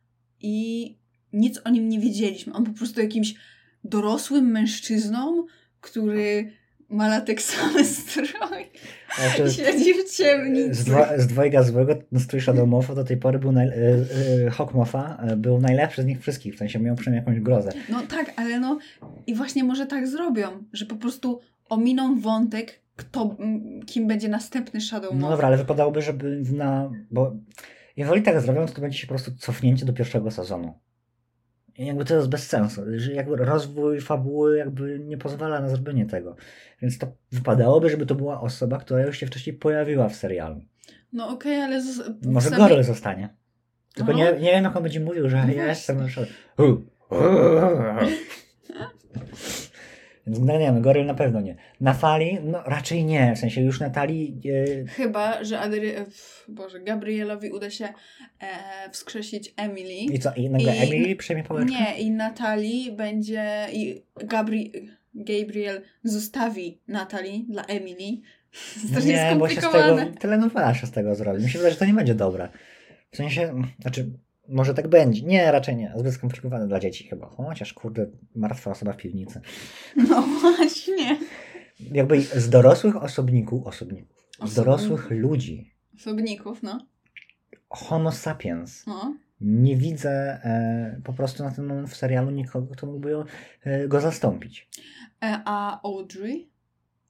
i nic o nim nie wiedzieliśmy. On po prostu jakimś dorosłym mężczyzną, który ma latek samy strój Znaczy, i siedzi w ciemnicy. z, dwa, z dwojga złego strój Shadowmoutha do tej pory był naj, y, y, Hawkmoutha y, był najlepszy z nich wszystkich, w sensie miał przynajmniej jakąś grozę. No tak, ale no i właśnie może tak zrobią, że po prostu ominą wątek, kto, m, kim będzie następny Shadowmouth. No dobra, ale wypadałoby, żeby na... Bo jeżeli tak zrobią, to, to będzie się po prostu cofnięcie do pierwszego sezonu. I jakby to jest bez sensu. Że jakby rozwój fabuły jakby nie pozwala na zrobienie tego. Więc to wypadałoby, żeby to była osoba, która już się wcześniej pojawiła w serialu. No okej, ale... Z, Może sami- Goryl zostanie. Tylko No. nie, nie wiem, jak on będzie mówił, że No ja właśnie. jestem na przykład... Więc no nie wiem, Goryl na pewno nie. Natalii? No raczej nie. W sensie już Natalii... E... Chyba, że Adri... F, Boże, Gabrielowi uda się e, wskrzesić Emily. I co? I nagle I- Emily przejmie pałeczkę? Nie, i Natalii będzie... I Gabri... Gabriel zostawi Natalii dla Emily. To jest Nie, bo się z skomplikowane. tego... Telenowela się z tego zrobi. Mi się wydaje, że to nie będzie dobre. W sensie... Znaczy... Może tak będzie. Nie, raczej nie. Zbyt skomplikowane dla dzieci chyba. Chociaż kurde, martwa osoba w piwnicy. No właśnie. Jakby z dorosłych osobników, osobników, z Osobników. dorosłych ludzi, Osobników, no. homo sapiens, no. nie widzę e, po prostu na ten moment w serialu nikogo, kto mógłby go, e, go zastąpić. E, a Audrey?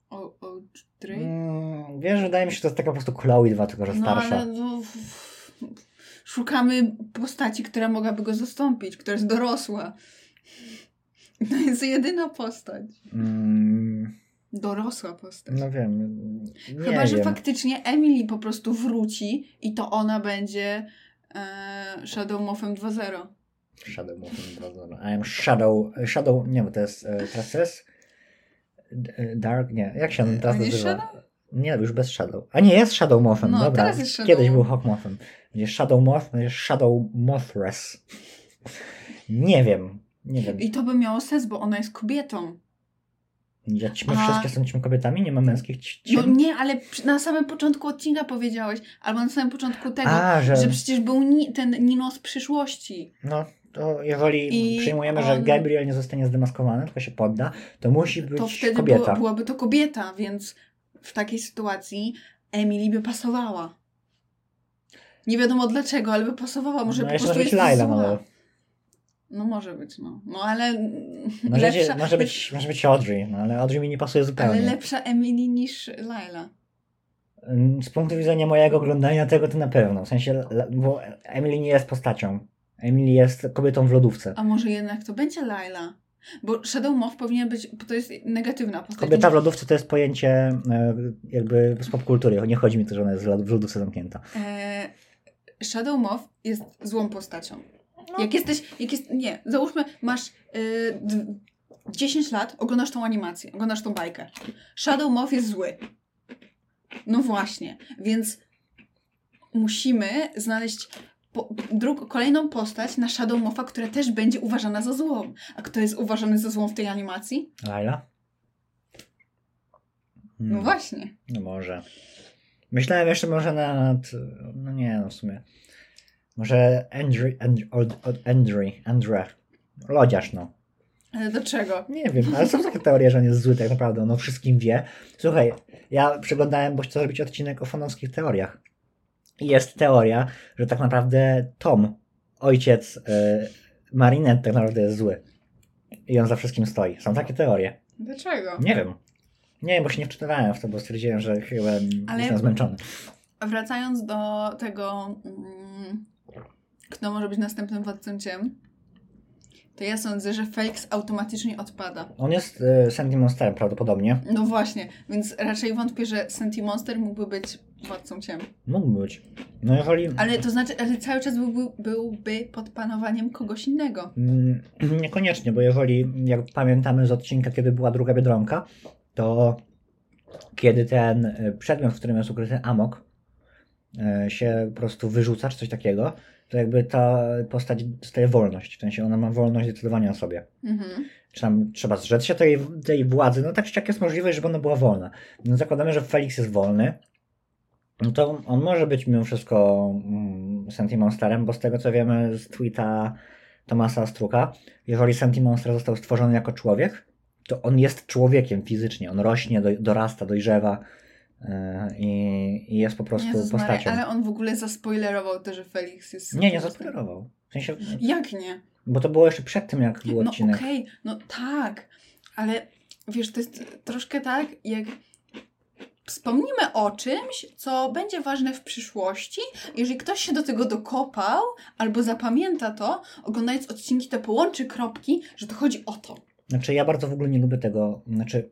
O, Audrey? Mm, wiesz, wydaje mi się, że to jest taka po prostu Chloe dwa, tylko że No starsza. ale no, w- w- szukamy postaci, która mogłaby go zastąpić, która jest dorosła. To jest jedyna postać. Mm, Dorosła postać. no wiem. Nie Chyba, wiem. że faktycznie Emily po prostu wróci i to ona będzie e, Shadow Mophem dwa zero. Shadow Movement dwa zero. I am Shadow... Shadow... Nie, bo to jest... e, Teraz to jest... D- Dark... Nie. Jak się on teraz A nie nazywa? Shadow? Nie, już bez Shadow. A nie, jest Shadow Mothem. No, Dobra. teraz jest Shadow. Kiedyś był Hawk Mothem. Będzie Shadow Moth, będzie Shadow Mothress. Nie wiem. Nie wiem. I to by miało sens, bo ona jest kobietą. Ja, ćmy A- wszystkie są ćmi kobietami? Nie ma męskich ć- No ciem? nie, ale przy- na samym początku odcinka powiedziałeś, albo na samym początku tego, A, że... że przecież był ni- ten Nino z przyszłości. No, to jeżeli I przyjmujemy, że on- Gabriel nie zostanie zdemaskowany, tylko się podda, to musi być To wtedy kobieta. było, byłaby to kobieta, więc w takiej sytuacji Emily by pasowała. Nie wiadomo dlaczego, ale by pasowała. Może No po jeszcze prostu może być jest Laila, zła. no. No może być, no. No ale Może, lepsza, być, może, być, może być Audrey, no ale Audrey mi nie pasuje zupełnie. ale lepsza Emily niż Laila. Mm, Z punktu widzenia mojego oglądania tego to na pewno. W sensie, le- bo Emily nie jest postacią. Emily jest kobietą w lodówce. A może jednak to będzie Laila? Bo Shadow Moth powinien być, bo to jest negatywna postać. Kobieta w lodówce to jest pojęcie e, jakby z popkultury. Nie chodzi mi to, że ona jest w lod- w lodówce zamknięta. E, Shadow Moth jest złą postacią. No. Jak jesteś, jak jest, nie, załóżmy, masz y, d- dziesięć lat, oglądasz tą animację, oglądasz tą bajkę. Shadow Moth jest zły. No właśnie, więc musimy znaleźć po, drug, kolejną postać na Shadow Motha, która też będzie uważana za złą. A kto jest uważany za złą w tej animacji? Laila? No Hmm. właśnie. No może. Myślałem jeszcze może nad... No nie, no w sumie. Może Andrew, Andrew, Andrew, Andrew. Lodziarz, no. Ale do czego? Nie wiem, ale są takie teorie, że on jest zły tak naprawdę, on o wszystkim wie. Słuchaj, ja przeglądałem, bo chcę zrobić odcinek o fanowskich teoriach. I jest teoria, że tak naprawdę Tom, ojciec y, Marinette, tak naprawdę jest zły. I on za wszystkim stoi. Są takie teorie. Dlaczego? Nie wiem. Nie wiem, bo się nie wczytywałem w to, bo stwierdziłem, że chyba Ale- jestem zmęczony. Wracając do tego, mm, kto może być następnym władcą ciem, to ja sądzę, że Felix automatycznie odpada. On jest y, Sandy Monsterem prawdopodobnie. No właśnie, więc raczej wątpię, że Senti Monster mógłby być władcą ciem. Mógłby być. No jeżeli... Ale to znaczy, ale cały czas byłby, byłby pod panowaniem kogoś innego. Mm, Niekoniecznie, bo jeżeli, jak pamiętamy z odcinka, kiedy była druga Biedronka, to kiedy ten y, przedmiot, w którym jest ukryty amok, y, się po prostu wyrzuca, czy coś takiego, to jakby ta postać dostaje wolność. W sensie ona ma wolność decydowania o sobie. Mhm. Czy tam trzeba zrzec się tej, tej władzy, no tak czy jak jest możliwość, żeby ona była wolna. No zakładamy, że Felix jest wolny, no to on może być mimo wszystko mm, Senti Monsterem, bo z tego co wiemy z tweeta Tomasa Struka, jeżeli Senti Monster został stworzony jako człowiek, to on jest człowiekiem fizycznie. On rośnie, do, dorasta, dojrzewa yy, i, i jest po prostu Jezus Maria, postacią. ale on w ogóle zaspoilerował to, że Felix jest... Nie, nie zaspoilerował. W sensie, Jak nie? bo to było jeszcze przed tym, jak był No odcinek. okej, no tak, ale wiesz, to jest troszkę tak, jak wspomnimy o czymś, co będzie ważne w przyszłości. Jeżeli ktoś się do tego dokopał albo zapamięta to, oglądając odcinki, to połączy kropki, że to chodzi o to. Znaczy ja bardzo w ogóle nie lubię tego, znaczy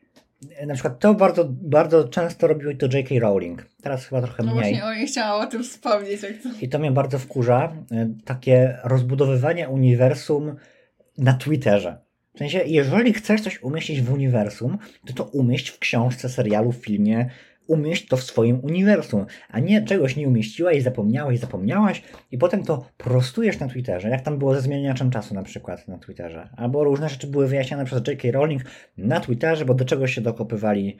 na przykład to bardzo, bardzo często robił to J K. Rowling. Teraz chyba trochę No mniej. właśnie, o, nie chciałam o tym wspomnieć. Jak to... I to mnie bardzo wkurza, y, takie rozbudowywanie uniwersum na Twitterze. W sensie, jeżeli chcesz coś umieścić w uniwersum, to to umieść w książce, serialu, filmie, umieść to w swoim uniwersum, a nie czegoś nie umieściłaś, zapomniałaś, zapomniałaś i potem to prostujesz na Twitterze, jak tam było ze zmieniaczem czasu na przykład na Twitterze. Albo różne rzeczy były wyjaśniane przez J K. Rowling na Twitterze, bo do czegoś się dokopywali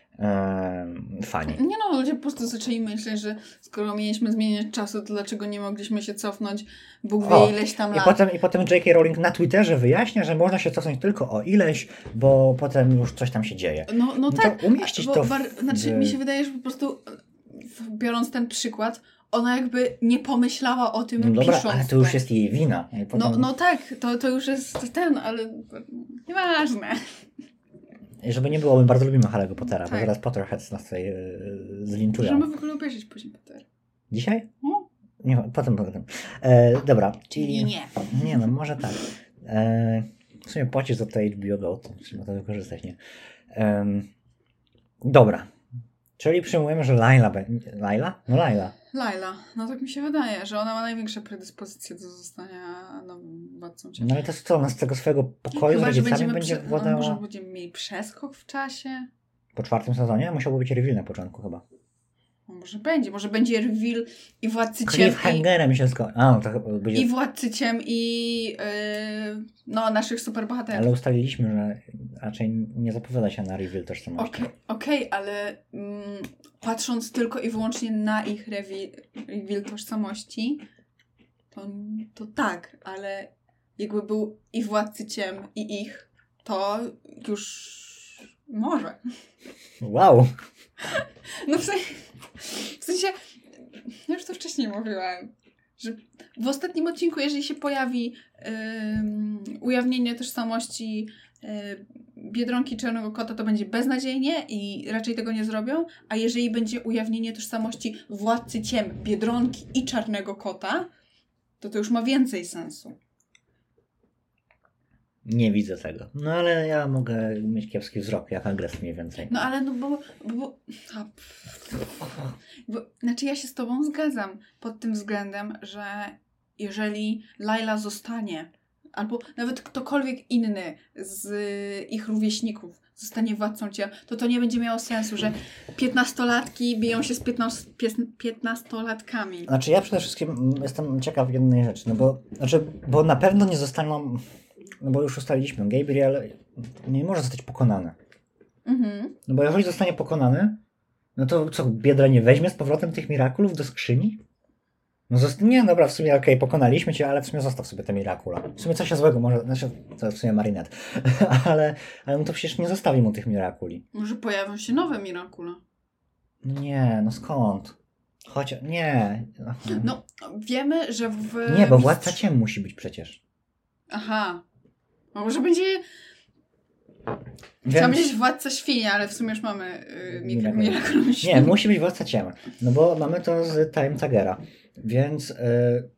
e, fani. Nie no, ludzie po prostu zaczęli myśleć, że skoro mieliśmy zmieniać czasu, to dlaczego nie mogliśmy się cofnąć Bóg wie O, ileś tam I lat. potem, I potem J K. Rowling na Twitterze wyjaśnia, że można się cofnąć tylko o ileś, bo potem już coś tam się dzieje. No, no No tak, to umieścić bo, to w- bar, znaczy w- mi się wydaje, że po prostu w- biorąc ten przykład, ona jakby nie pomyślała o tym No dobra, pisząc ale to już jest jej wina. I potem... No, no tak, to, to już jest ten, ale nieważne. żeby nie było, my bardzo lubimy Harry'ego Pottera, Tak. bo zaraz Potterheads nas tutaj yy, zlinczują. Możemy w ogóle obejrzeć później Potter. Dzisiaj? No. Nie, potem, potem. E, dobra, czyli... Nie, nie. Nie, no może tak. E, w sumie płacisz za to H B O Go, to trzeba to wykorzystać, nie? Em, dobra. Czyli przyjmujemy, że Laila będzie... Laila? No Laila. Laila, no tak mi się wydaje, że ona ma największe predyspozycje do zostania nowym władcą ciemności. No ale to jest co, ona z tego swojego pokoju z Chyba, że rodzicami będziemy będzie prze... władała... no, może będziemy mieli przeskok w czasie. Po czwartym sezonie? Musiałby być reveal na początku chyba. No, może będzie, może będzie reveal i Władcy Ciem i, Cliffhangerem się skończy. A, no to chyba będzie... i Władcy Ciem i yy, no naszych superbohaterów. Ale ustaliliśmy, że raczej nie zapowiada się na reveal tożsamości. Okej, okej, ale mm, patrząc tylko i wyłącznie na ich rewi- reveal tożsamości, to, to tak, ale jakby był i Władcy Ciem i ich, to już może. Wow! No w sensie, w sensie, ja już to wcześniej mówiłam, że w ostatnim odcinku, jeżeli się pojawi ym, ujawnienie tożsamości yy, Biedronki Czarnego Kota, to będzie beznadziejnie i raczej tego nie zrobią, a jeżeli będzie ujawnienie tożsamości Władcy Ciem, Biedronki i Czarnego Kota, to to już ma więcej sensu. Nie widzę tego. No ale ja mogę mieć kiepski wzrok, jak agres mniej więcej. No ale no bo... bo, bo, a, bo znaczy ja się z tobą zgadzam pod tym względem, że jeżeli Laila zostanie, albo nawet ktokolwiek inny z ich rówieśników zostanie władcą cienia, to to nie będzie miało sensu, że piętnastolatki biją się z piętnasto, piętnastolatkami. Znaczy ja przede wszystkim jestem ciekaw jednej rzeczy, no bo, znaczy, bo na pewno nie zostaną, no bo już ustaliliśmy, Gabriel nie może zostać pokonany. Mhm. No bo jeżeli zostanie pokonany, no to co, Biedra nie weźmie z powrotem tych Mirakulów do skrzyni? No zost- nie, dobra, w sumie okej, okay, pokonaliśmy cię, ale w sumie zostaw sobie te Mirakula. W sumie coś się złego może, znaczy to w sumie Marinette, ale, ale no to przecież nie zostawi mu tych Mirakuli. Może pojawią się nowe Mirakule. No nie, no skąd? Chociaż, nie. No, wiemy, że w... Nie, bo Władca Ciem musi być przecież. Aha. A może będzie... Więc... Chciałam powiedzieć Władca Świnia, ale w sumie już mamy yy, Miracle, Miracle Nie, musi być Władca Ciem. No bo mamy to z Time Tagera. Więc yy,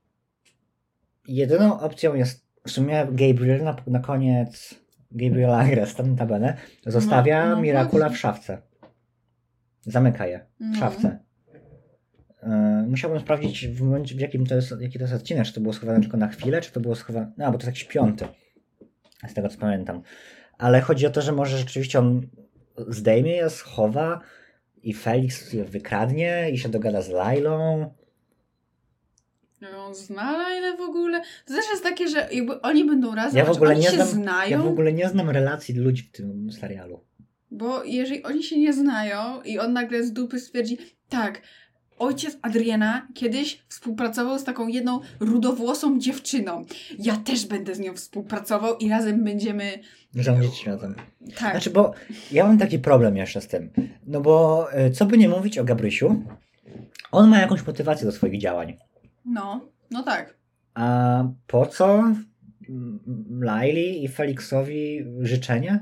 jedyną opcją jest w sumie Gabriel na, na koniec Gabriel Agres, tam tabelę, zostawia no, no, Mirakula właśnie. w szafce. Zamyka je w No. szafce. Yy, musiałbym sprawdzić w momencie, w jakim to jest, jaki to jest odcinek, czy to było schowane tylko na chwilę, czy to było schowane... No, bo to jest jakiś piąty. Z tego co pamiętam. Ale chodzi o to, że może rzeczywiście on zdejmie je, schowa i Felix je wykradnie i się dogada z Lailą. No, on zna Lailę w ogóle. To też jest takie, że jakby oni będą razem, Ja w ogóle oni nie się znam, znają. ja w ogóle nie znam relacji ludzi w tym serialu. Bo jeżeli oni się nie znają i on nagle z dupy stwierdzi, tak, ojciec Adriana kiedyś współpracował z taką jedną rudowłosą dziewczyną. Ja też będę z nią współpracował i razem będziemy... Rządzić światem. Tak. Znaczy, bo ja mam taki problem jeszcze z tym. No bo y, co by nie mówić o Gabrysiu, on ma jakąś motywację do swoich działań. No, no tak. A po co Laili i Felixowi życzenie?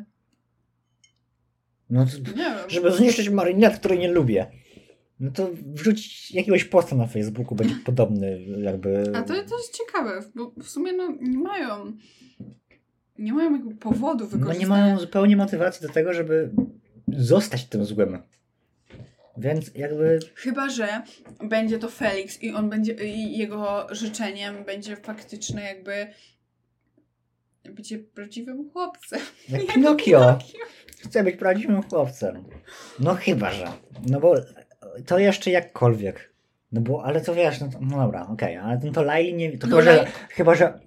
No, to, Nie wiem. żeby zniszczyć Marinette, której nie lubię. No to wrzucić jakiegoś posta na Facebooku, będzie podobny jakby... A to, to jest ciekawe, bo w sumie no, nie mają nie mają jakby powodu No wykorzystania. nie mają zupełnie motywacji do tego, żeby zostać tym złym. Więc jakby... Chyba że będzie to Felix i on będzie i jego życzeniem będzie faktyczne jakby bycie prawdziwym chłopcem. Jak Pinokio. Chcę być prawdziwym chłopcem. No chyba, że. No bo to jeszcze jakkolwiek. No bo, ale to wiesz, no, to, no dobra, okej, okay, ale to, to Laili nie... To No chyba, Laj- że... Chyba, że...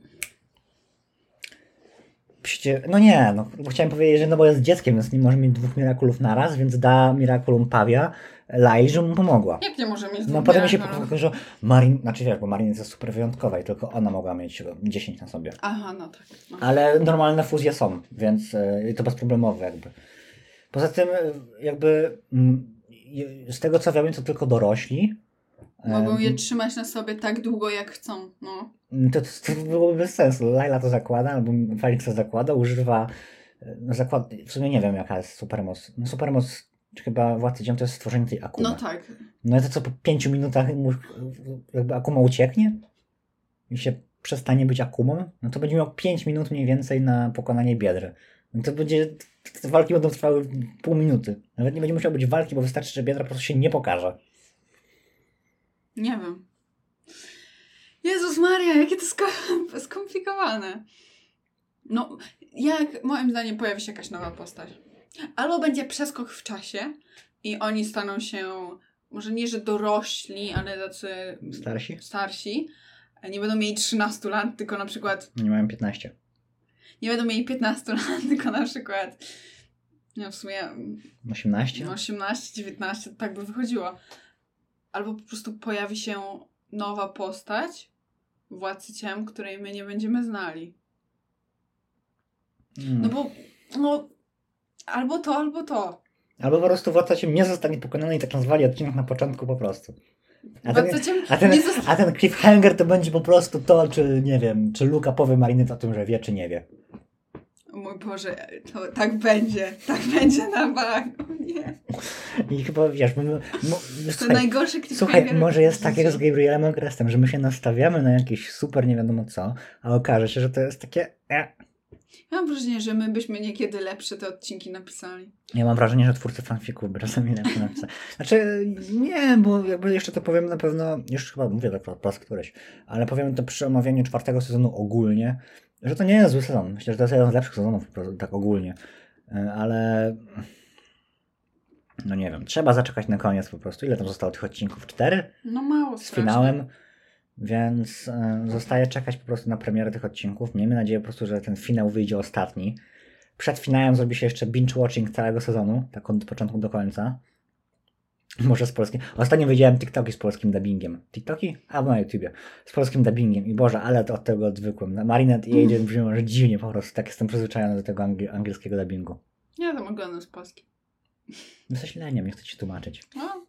Przecież, no nie, no bo chciałem powiedzieć, że no bo jest dzieckiem, więc nie może mieć dwóch Mirakulów naraz, więc da Miraculum Pawia Laili, żeby mu pomogła. Jak nie może mieć No dwóch potem mi się Miraculów? pokazało, że Marin... Znaczy wiesz, bo Marin jest super wyjątkowa i tylko ona mogła mieć dziesięć na sobie. Aha, no tak. No. Ale normalne fuzje są, więc yy, to bezproblemowe jakby. Poza tym jakby mm, z tego co wiem, to tylko dorośli. Mogą je Em, trzymać na sobie tak długo jak chcą. No. To, to byłoby bez sensu. Laila to zakłada, albo Felix to zakłada, używa no zakład... w sumie nie wiem jaka jest supermoc. No supermoc chyba Władcy Dziem to jest stworzenie tej Akumy. No tak. No i to co po pięciu minutach mu jakby Akuma ucieknie i się przestanie być Akumą, no to będzie miał pięć minut mniej więcej na pokonanie Biedry. No to będzie, te walki będą trwały pół minuty. Nawet nie będzie musiał być walki, bo wystarczy, że Biedra po prostu się nie pokaże. Nie wiem. Jezus Maria, jakie to sko- skomplikowane. No, jak moim zdaniem pojawi się jakaś nowa postać. Albo będzie przeskok w czasie i oni staną się, może nie, że dorośli, ale tacy Starsi? starsi. Nie będą mieli trzynastu lat, tylko na przykład... Nie mają piętnaście. Nie będą mieli piętnastu lat, tylko na przykład... Nie, w sumie... osiemnaście? osiemnaście, dziewiętnaście, tak by wychodziło. Albo po prostu pojawi się nowa postać Władcy Ciem, której my nie będziemy znali. Hmm. No bo... No, albo to, albo to. Albo po prostu Władca Ciem nie zostanie pokonany i tak nazwali odcinek na początku po prostu. A ten, Władca Ciem a, ten, nie zosta- a ten cliffhanger to będzie po prostu to, czy nie wiem, czy Luka powie Marinette o tym, że wie, czy nie wie. O mój Boże, to tak będzie. Tak będzie na bank. O nie. I chyba wiesz, my, my, To słuchaj, najgorszy cliffhanger. słuchaj, może jest tak jak z życiu. Gabrielem Ogrestem, że my się nastawiamy na jakieś super nie wiadomo co, a okaże się, że to jest takie... E. Ja mam wrażenie, że my byśmy niekiedy lepsze te odcinki napisali. Ja mam wrażenie, że twórcy fanfików by czasami lepiej napisali. Znaczy, nie, bo jakby jeszcze to powiem na pewno, już chyba mówię tak po raz któryś, ale powiem to przy omawianiu czwartego sezonu ogólnie, że to nie jest zły sezon. Myślę, że to jest jeden z lepszych sezonów, po prostu, tak ogólnie. Ale no nie wiem, trzeba zaczekać na koniec po prostu. Ile tam zostało tych odcinków? Cztery? No mało Z strasznie. finałem. Więc y, zostaje czekać po prostu na premierę tych odcinków. Miejmy nadzieję po prostu, że ten finał wyjdzie ostatni. Przed finałem zrobi się jeszcze binge-watching całego sezonu, tak od początku do końca. Może z polskim. Ostatnio widziałem TikToki z polskim dubbingiem. TikToki? Albo na YouTubie. Z polskim dubbingiem. I Boże, ale to od tego odwykłem. Marinette i Agent brzmią, że dziwnie po prostu. Tak jestem przyzwyczajony do tego angli- angielskiego dubbingu. Ja tam oglądam z Polski. Jesteś leniem, nie chcę ci tłumaczyć. No,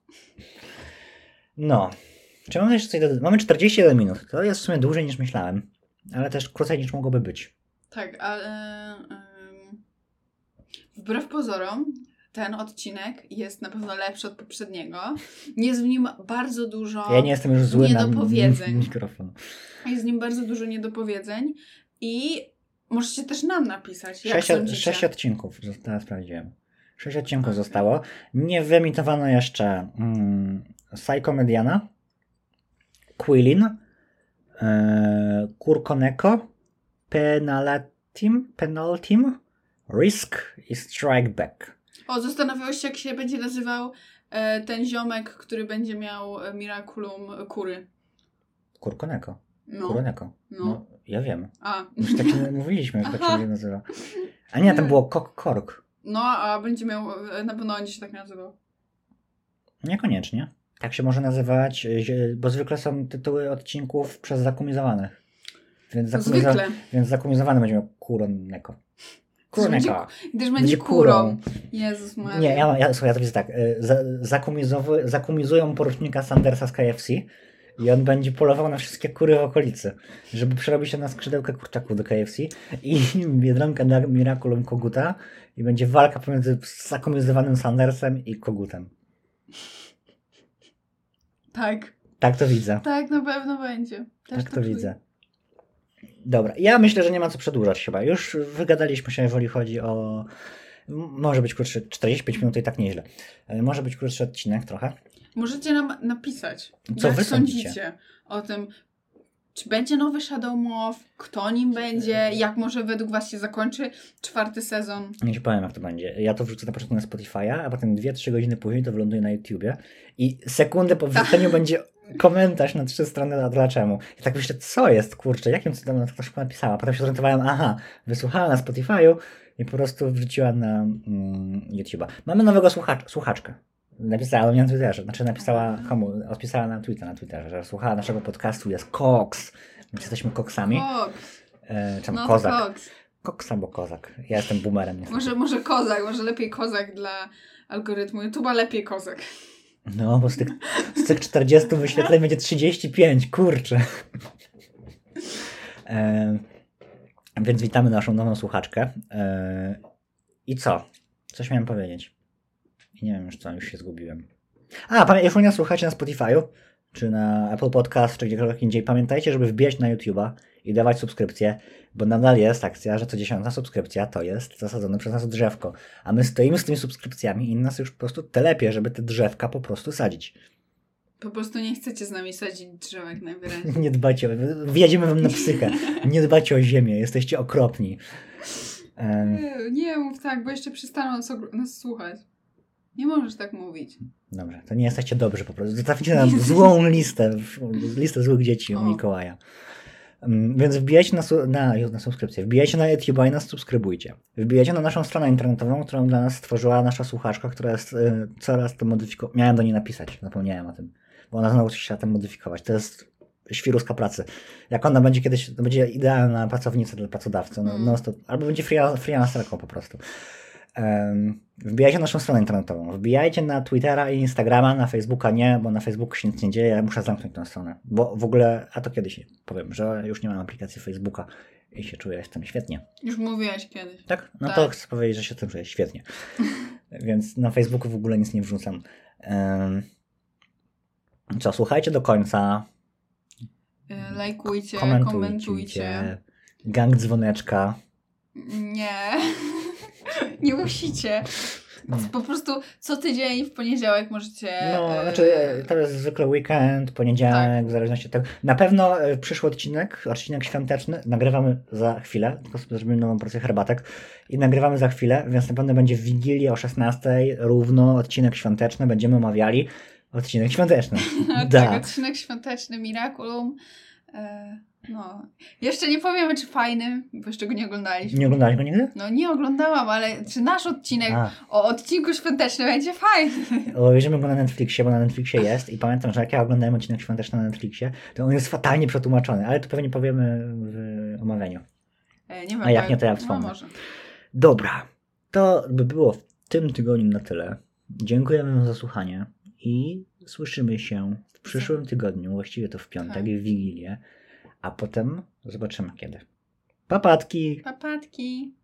No. Czy mamy jeszcze coś do... Mamy czterdzieści jeden minut. To jest w sumie dłużej niż myślałem. Ale też krócej niż mogłoby być. tak, ale ym, wbrew pozorom ten odcinek jest na pewno lepszy od poprzedniego. Jest w nim bardzo dużo Ja nie jestem już zły na niedopowiedzeń. m- mikrofon. Jest w nim bardzo dużo niedopowiedzeń i możecie też nam napisać, jak Sześć, sądzicie. sześć odcinków. Teraz sprawdziłem. Sześć odcinków Okay. zostało. Nie wyemitowano jeszcze mm, Psychomediana, Quillin, e, Kurkoneko, Penaltim, Penaltim, Risk i Strike Back. O, zastanawiałeś się, jak się będzie nazywał e, ten ziomek, który będzie miał e, Miraculum Kury. Kurkoneko. No. Kuroneko. No. No, ja wiem. A. Już tak się mówiliśmy, jak tak Aha. się nazywa. A nie, tam było Kok Kork. No, a będzie miał, e, na pewno będzie się tak nazywał. Niekoniecznie. Tak się może nazywać, y, bo zwykle są tytuły odcinków przez zakumizowanych. Więc, zakumizo- Zwykle. więc zakumizowany będzie miał Kuroneko. Kuroneko. Gdyż będzie kurą. Jezus Maria. Nie, ja, ja, słuchaj, ja to widzę tak. y, Za, zakumizowy, zakumizują porucznika Sandersa z K F C i on będzie polował na wszystkie kury w okolicy, żeby przerobić się na skrzydełkę kurczaków do K F C i Biedronka da Miraculum Koguta i będzie walka pomiędzy zakumizowanym Sandersem i Kogutem. Tak. Tak to widzę. Tak, na pewno będzie. Też Tak to czuję. widzę. Dobra, ja myślę, że nie ma co przedłużać chyba. Już wygadaliśmy się, jeżeli chodzi o... M- Może być krótszy, czterdzieści pięć minut i tak nieźle. E, Może być krótszy odcinek trochę. Możecie nam napisać, Co jak wy sądzicie? sądzicie o tym, czy będzie nowy Shadow Moth, kto nim będzie, jak może według was się zakończy czwarty sezon. Nie ci powiem, jak to będzie. Ja to wrzucę na początku na Spotify'a, a potem dwie trzy godziny później to wyląduje na YouTubie i sekundę po wrzuceniu będzie komentarz na trzy strony, a dlaczego. I tak myślę, co jest, kurczę, jakim cudem to szybko napisała. Potem się zorientowałem, aha, wysłuchała na Spotify'u i po prostu wrzuciła na mm, YouTube'a. Mamy nowego słuchacz, słuchaczkę. Napisała do mnie na Twitterze. Znaczy napisała komu? Odpisała na Twitter, na Twitterze, że słuchała naszego podcastu, jest Cox. Więc jesteśmy koksami. Cox. E, czemu No to kozak? Cox. Cox albo kozak. Ja jestem boomerem. niestety. Może, może kozak, może lepiej kozak dla algorytmu YouTube'a, lepiej kozak. No, bo z tych, z tych czterdziestu wyświetleń będzie trzydzieści pięć, kurczę. E, więc witamy naszą nową słuchaczkę. E, I co? Coś miałem powiedzieć. I nie wiem już co, już się zgubiłem. A, pamię- jeżeli nas słuchacie na Spotify'u, czy na Apple Podcast, czy gdziekolwiek indziej, pamiętajcie, żeby wbijać na YouTube'a i dawać subskrypcję, bo nadal jest akcja, że co dziesiąta subskrypcja to jest zasadzone przez nas drzewko. A my stoimy z tymi subskrypcjami i nas już po prostu telepie, żeby te drzewka po prostu sadzić. Po prostu nie chcecie z nami sadzić drzewek najwyraźniej. Nie dbajcie, wjedziemy wam na psychę. Nie dbajcie o ziemię, jesteście okropni. Um, Nie, nie mów tak, bo jeszcze przestaną nas, ogl- nas słuchać. Nie możesz tak mówić. Dobrze, to nie jesteście dobrzy po prostu. Traficie na złą listę, listę złych dzieci u O. Mikołaja. Um, więc wbijajcie na, su- na, na subskrypcję, wbijajcie na YouTube'a i nas subskrybujcie. Wbijajcie na naszą stronę internetową, którą dla nas stworzyła nasza słuchaczka, która jest y, coraz to modyfikowana. Miałem do niej napisać, zapomniałem o tym, bo ona znowu się tam modyfikować. To jest świruska pracy. Jak ona będzie kiedyś, to będzie idealna pracownica dla pracodawcy. No, Mm. no, to, albo będzie free- freelancerką po prostu. Um, wbijajcie na naszą stronę internetową, wbijajcie na Twittera i Instagrama, na Facebooka nie, bo na Facebooku się nic nie dzieje, ja muszę zamknąć tę stronę, bo w ogóle, a to kiedyś powiem, że już nie mam aplikacji Facebooka i się czuję z tym świetnie. Już mówiłaś kiedyś. Tak? No Tak. to chcę powiedzieć, że się z tym czuję świetnie. Więc na Facebooku w ogóle nic nie wrzucam. Um, co, słuchajcie do końca, Y, Lajkujcie, komentujcie, komentujcie. gang dzwoneczka. Nie. Nie musicie. Po prostu co tydzień w poniedziałek możecie... No, e, znaczy e, to jest zwykle weekend, poniedziałek, Tak. w zależności od tego. Na pewno e, przyszły odcinek, odcinek świąteczny, nagrywamy za chwilę, tylko sobie zrobimy nową porcję herbatek i nagrywamy za chwilę, więc na pewno będzie w Wigilię o szesnastej równo odcinek świąteczny, będziemy omawiali odcinek świąteczny. tak, Da. odcinek świąteczny Miraculum. E, no. Jeszcze nie powiemy, czy fajny, bo jeszcze go nie oglądaliśmy. Nie oglądałeś go nigdy? No nie oglądałam, ale czy nasz odcinek A, o odcinku świątecznym będzie fajny? obejrzymy go na Netflixie, bo na Netflixie jest i pamiętam, że jak ja oglądałem odcinek świąteczny na Netflixie, to on jest fatalnie przetłumaczony, ale to pewnie powiemy w omawianiu. E, nie wiem, A jak bo- nie, to ja no, wspomnę. może. Dobra, to by było w tym tygodniu na tyle. Dziękujemy wam za słuchanie i słyszymy się w przyszłym tygodniu, właściwie to w piątek, Tak. w Wigilię, a potem zobaczymy kiedy. Papatki! Papatki.